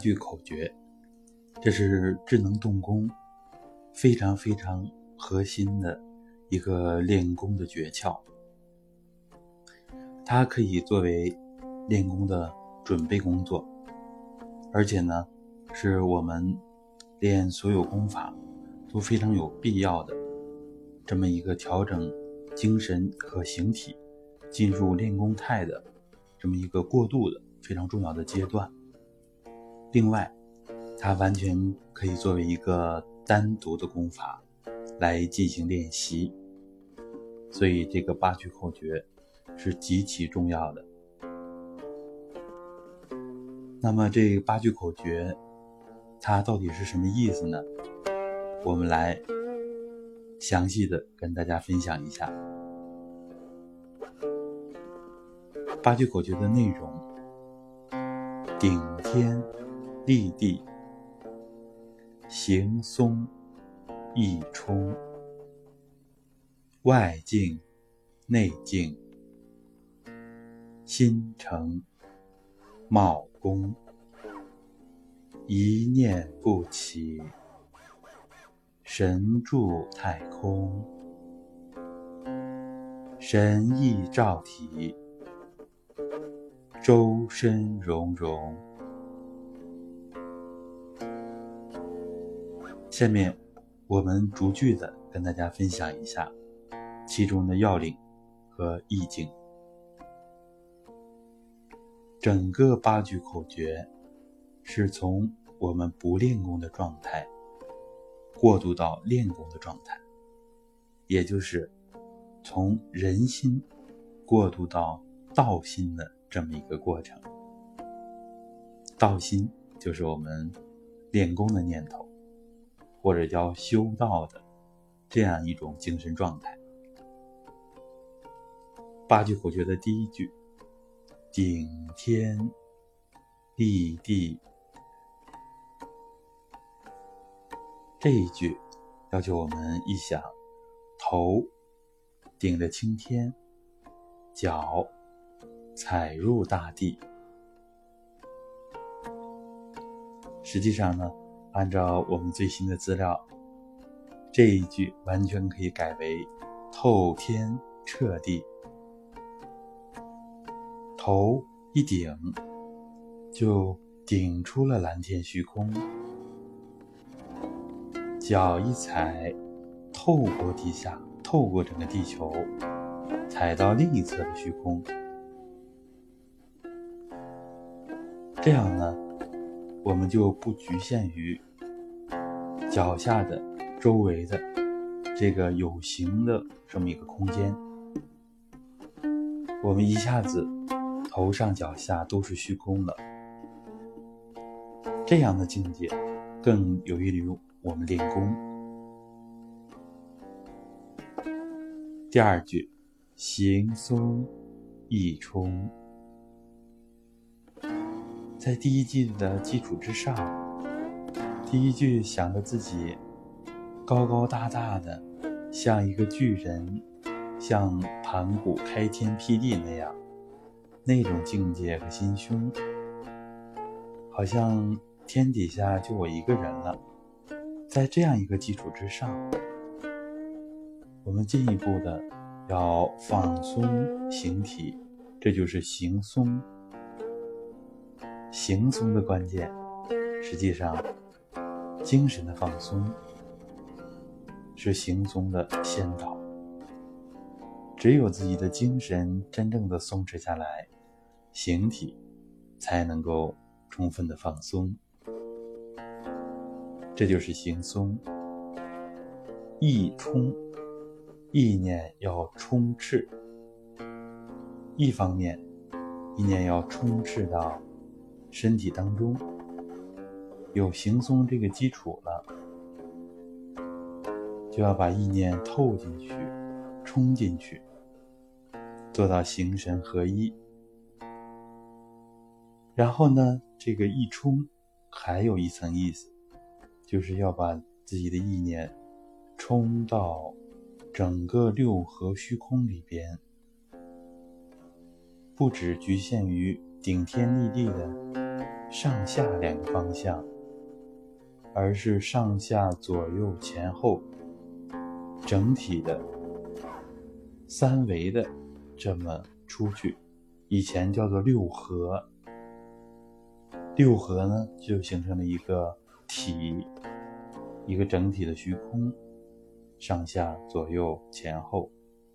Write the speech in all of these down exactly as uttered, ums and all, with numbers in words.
句口诀，这是智能动功非常非常核心的一个练功的诀窍。它可以作为练功的准备工作，而且呢，是我们练所有功法都非常有必要的这么一个调整精神和形体进入练功态的这么一个过渡的非常重要的阶段。另外，它完全可以作为一个单独的功法来进行练习，所以这个八句口诀是极其重要的。那么这八句口诀它到底是什么意思呢？我们来详细的跟大家分享一下。八句口诀的内容：顶天立地，行松易冲，外静内静，心诚茂功，一念不起，神助太空，神意照体，周身融融。下面我们逐句的跟大家分享一下其中的要领和意境。整个八句口诀是从我们不练功的状态过渡到练功的状态，也就是从人心过渡到道心的这么一个过程。道心就是我们练功的念头，或者叫修道的这样一种精神状态。八句口诀的第一句，顶天立地，这一句要求我们一想，头顶着青天，脚踩入大地。实际上呢，按照我们最新的资料，这一句完全可以改为透天彻地。头一顶，就顶出了蓝天虚空；脚一踩，透过地下，透过整个地球，踩到另一侧的虚空。这样呢，我们就不局限于脚下的周围的这个有形的这么一个空间，我们一下子头上脚下都是虚空了。这样的境界更有益于我们练功。第二句，行松易冲，在第一句的基础之上，第一句想着自己高高大大的，像一个巨人，像盘古开天辟地那样，那种境界和心胸，好像天底下就我一个人了。在这样一个基础之上，我们进一步的要放松形体，这就是行松。行松的关键，实际上精神的放松是行松的先导。只有自己的精神真正的松弛下来，形体才能够充分的放松。这就是行松。意冲，意念要充斥，一方面意念要充斥到身体当中，有行松这个基础了，就要把意念透进去，冲进去，做到形神合一。然后呢，这个一冲还有一层意思，就是要把自己的意念冲到整个六合虚空里边，不只局限于顶天立地的上下两个方向，而是上下左右前后整体的三维的这么出去，以前叫做六合。六合呢就形成了一个体，一个整体的虚空，上下左右前后，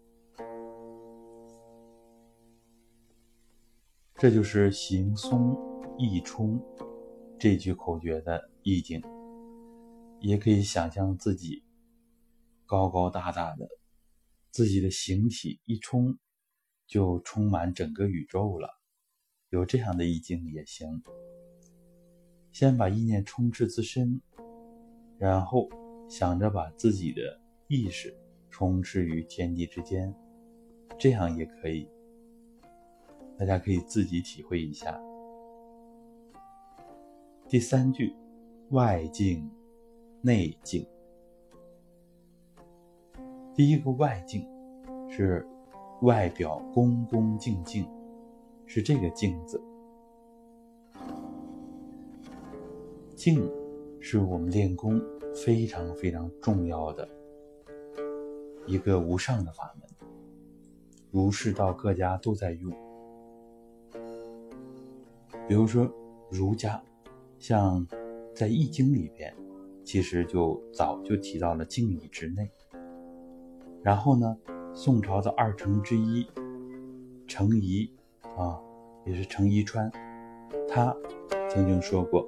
这就是行松意冲这句口诀的意境。也可以想象自己高高大大的，自己的形体一冲就充满整个宇宙了，有这样的意境也行。先把意念充斥自身，然后想着把自己的意识充斥于天地之间，这样也可以。大家可以自己体会一下。第三句，外境内境。第一个外境是外表恭恭敬敬，是这个敬字。敬是我们练功非常非常重要的一个无上的法门，儒释道各家都在用。比如说儒家，像在易经里边其实就早就提到了敬以直内。然后呢，宋朝的二程之一程颐啊，也是程颐川，他曾经说过，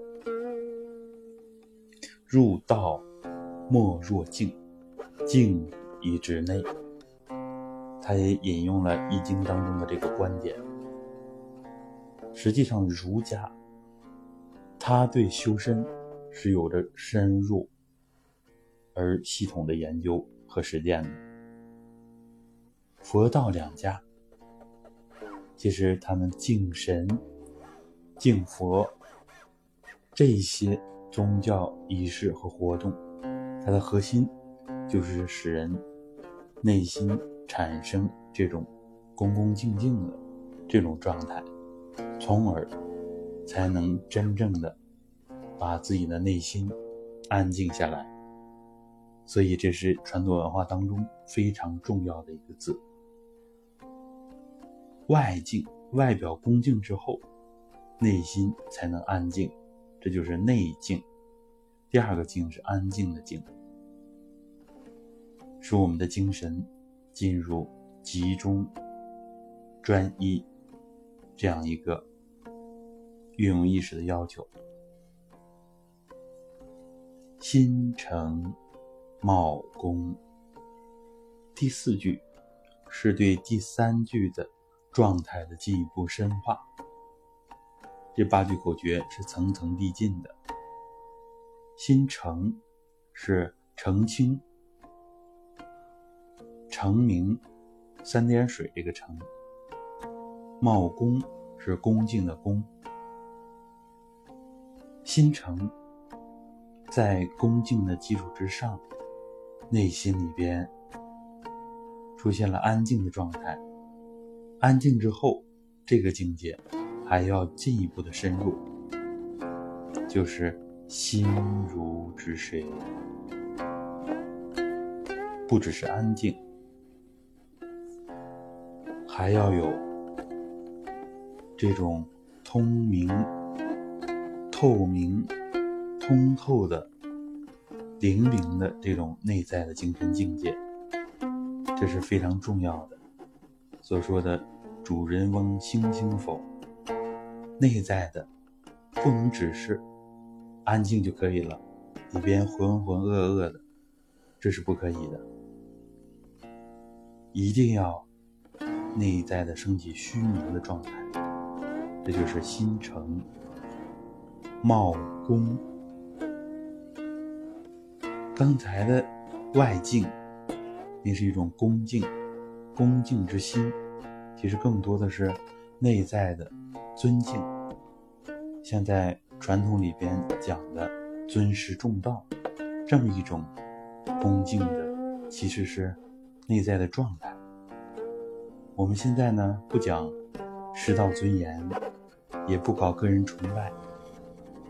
入道莫若敬，敬以直内。他也引用了易经当中的这个观点。实际上儒家他对修身是有着深入而系统的研究和实践的。佛道两家其实他们敬神敬佛这些宗教仪式和活动，它的核心就是使人内心产生这种恭恭敬敬的这种状态，从而才能真正的把自己的内心安静下来。所以这是传统文化当中非常重要的一个字。外境，外表恭敬之后，内心才能安静，这就是内静。第二个静是安静的静，使我们的精神进入集中专一这样一个运用意识的要求。心诚茂功。第四句是对第三句的状态的进一步深化。这八句口诀是层层递进的。心诚是澄清、澄明三点水这个澄，茂恭是恭敬的恭。心诚在恭敬的基础之上，内心里边出现了安静的状态。安静之后，这个境界还要进一步的深入，就是心如止水。不只是安静，还要有这种通明、透明、通透的灵灵的这种内在的精神境界，这是非常重要的。所说的主人翁心心否，内在的不能只是安静就可以了，里边浑浑噩噩的，这是不可以的。一定要内在的升起虚明的状态，这就是心诚茂恭。刚才的外境那是一种恭敬恭敬之心，其实更多的是内在的尊敬，像在传统里边讲的尊师重道，这么一种恭敬的其实是内在的状态。我们现在呢，不讲师道尊严，也不搞个人崇拜，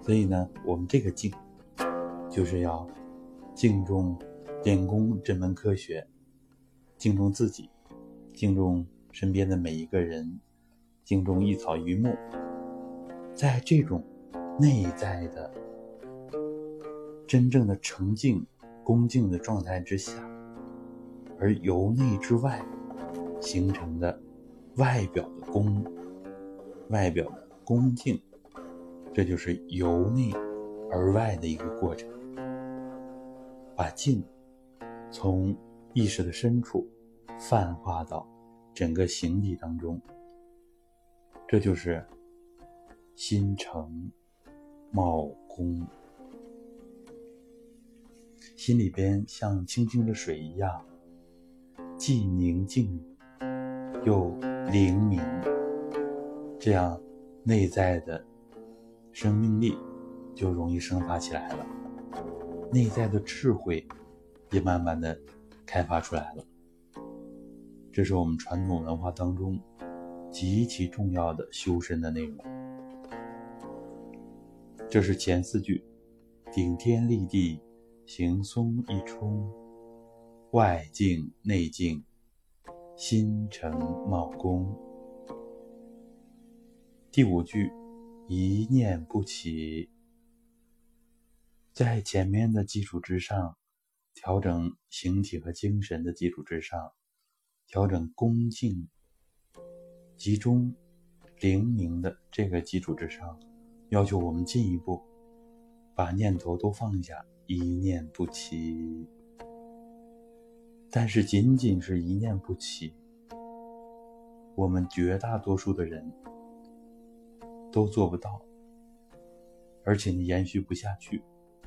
所以呢，我们这个敬就是要敬重练功这门科学，敬重自己，敬重身边的每一个人，敬重一草一木。在这种内在的真正的诚敬恭敬的状态之下，而由内至外形成的外表的恭，外表的恭敬，这就是由内而外的一个过程。把敬从意识的深处泛化到整个形体当中，这就是心诚貌恭。心里边像清清的水一样，既宁静又灵明，这样内在的生命力就容易生发起来了，内在的智慧也慢慢的开发出来了。这是我们传统文化当中极其重要的修身的内容。这是前四句：顶天立地，行松一冲，外静内静，心诚貌恭。第五句：一念不起。在前面的基础之上，调整形体和精神的基础之上，调整恭敬集中灵明的这个基础之上，要求我们进一步把念头都放下，一念不起。但是仅仅是一念不起，我们绝大多数的人都做不到，而且你延续不下去。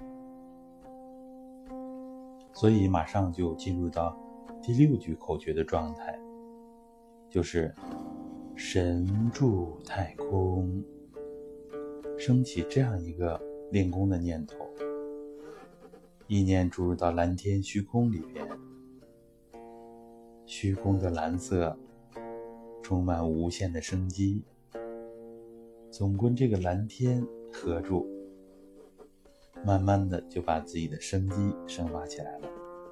所以马上就进入到第六句口诀的状态，就是神住太空，升起这样一个练功的念头，意念注入到蓝天虚空里边，虚空的蓝色充满无限的生机，总跟这个蓝天合住，慢慢的就把自己的生机生发起来了。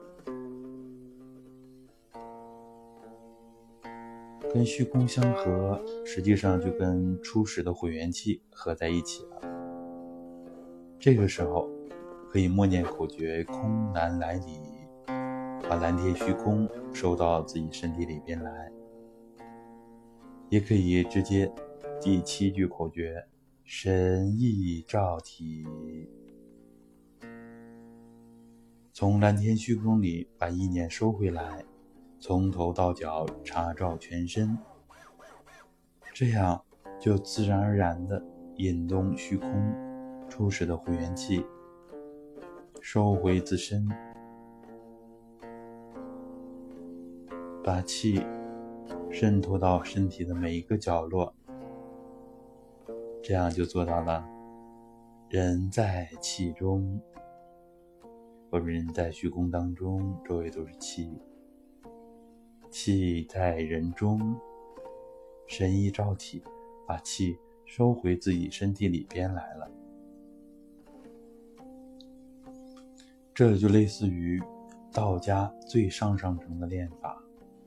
跟虚空相合，实际上就跟初始的混元气合在一起了。这个时候可以默念口诀空蓝来里，把蓝天虚空收到自己身体里边来。也可以直接第七句口诀神意照体，从蓝天虚空里把意念收回来，从头到脚查照全身，这样就自然而然地引动虚空初始的混元气收回自身，把气渗透到身体的每一个角落，这样就做到了人在气中。我们人在虚空当中，周围都是气，气在人中，神意照体，把气收回自己身体里边来了。这就类似于道家最上上乘的练法，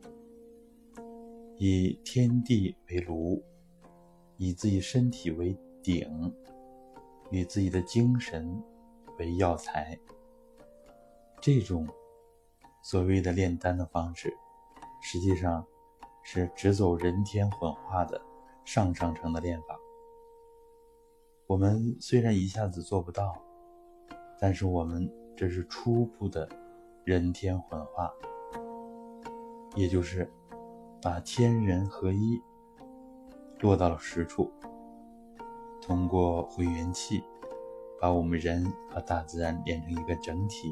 以天地为炉，以自己身体为鼎，以自己的精神为药材。这种所谓的炼丹的方式，实际上是只走人天混化的上上乘的练法。我们虽然一下子做不到，但是我们这是初步的人天混化，也就是把天人合一落到了实处，通过混元气把我们人和大自然连成一个整体，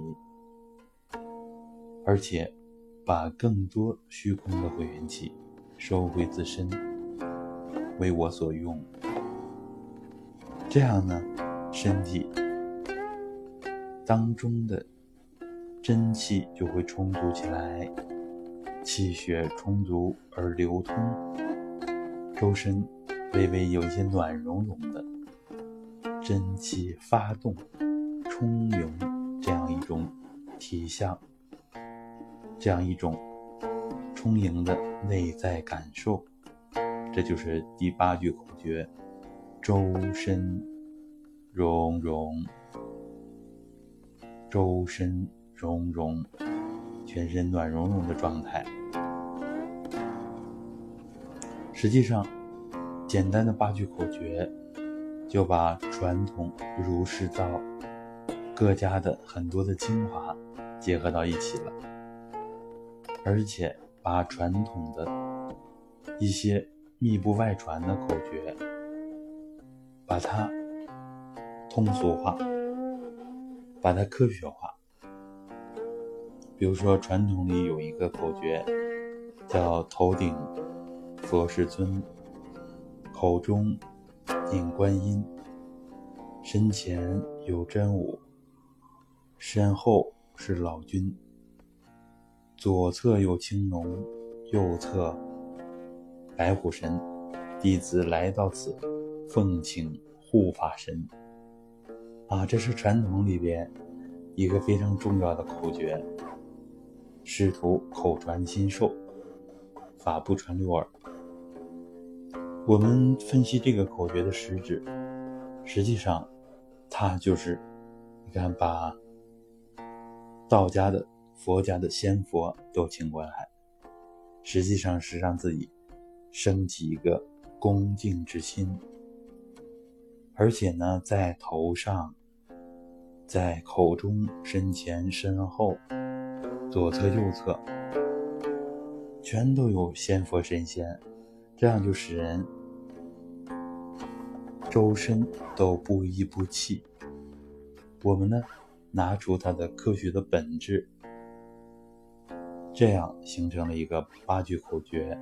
而且把更多虚空的混元气收回自身，为我所用。这样呢，身体当中的真气就会充足起来，气血充足而流通，周身微微有一些暖融融的， 真气发动、充盈这样一种体相，这样一种充盈的内在感受。这就是第八句口诀：周身融融，周身融融，全身暖融融的状态。实际上，简单的八句口诀就把传统儒释道各家的很多的精华结合到一起了，而且把传统的一些密不外传的口诀把它通俗化，把它科学化。比如说传统里有一个口诀叫头顶佛世尊，口中念观音，身前有真武，身后是老君，左侧有青龙，右侧白虎神，弟子来到此奉请护法神。啊，这是传统里边一个非常重要的口诀，师徒口传心授，法不传六耳。我们分析这个口诀的实质，实际上它就是你看把道家的佛家的仙佛都请过来，实际上是让自己升起一个恭敬之心，而且呢在头上，在口中，身前身后，左侧右侧全都有仙佛神仙，这样就使人周身都不一不气。我们呢拿出它的科学的本质，这样形成了一个八句口诀。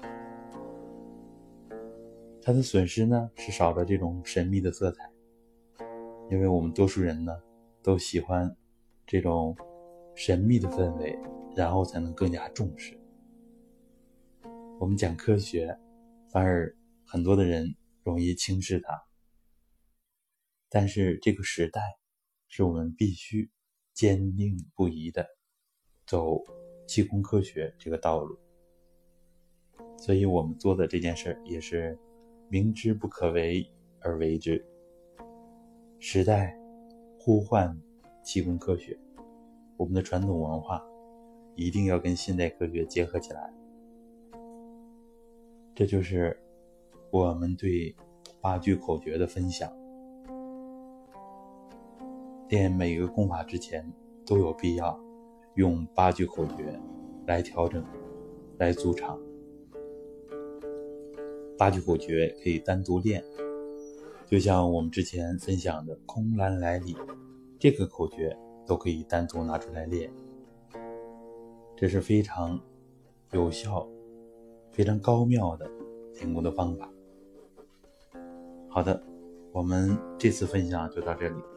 它的损失呢是少了这种神秘的色彩，因为我们多数人呢都喜欢这种神秘的氛围，然后才能更加重视。我们讲科学，反而很多的人容易轻视它。但是这个时代是我们必须坚定不移的走气功科学这个道路，所以我们做的这件事也是明知不可为而为之。时代呼唤气功科学，我们的传统文化一定要跟现代科学结合起来。这就是我们对八句口诀的分享。练每一个功法之前都有必要用八句口诀来调整，来组场。八句口诀可以单独练，就像我们之前分享的空兰来里，这个口诀都可以单独拿出来练。这是非常有效、非常高妙的练功的方法。好的，我们这次分享就到这里。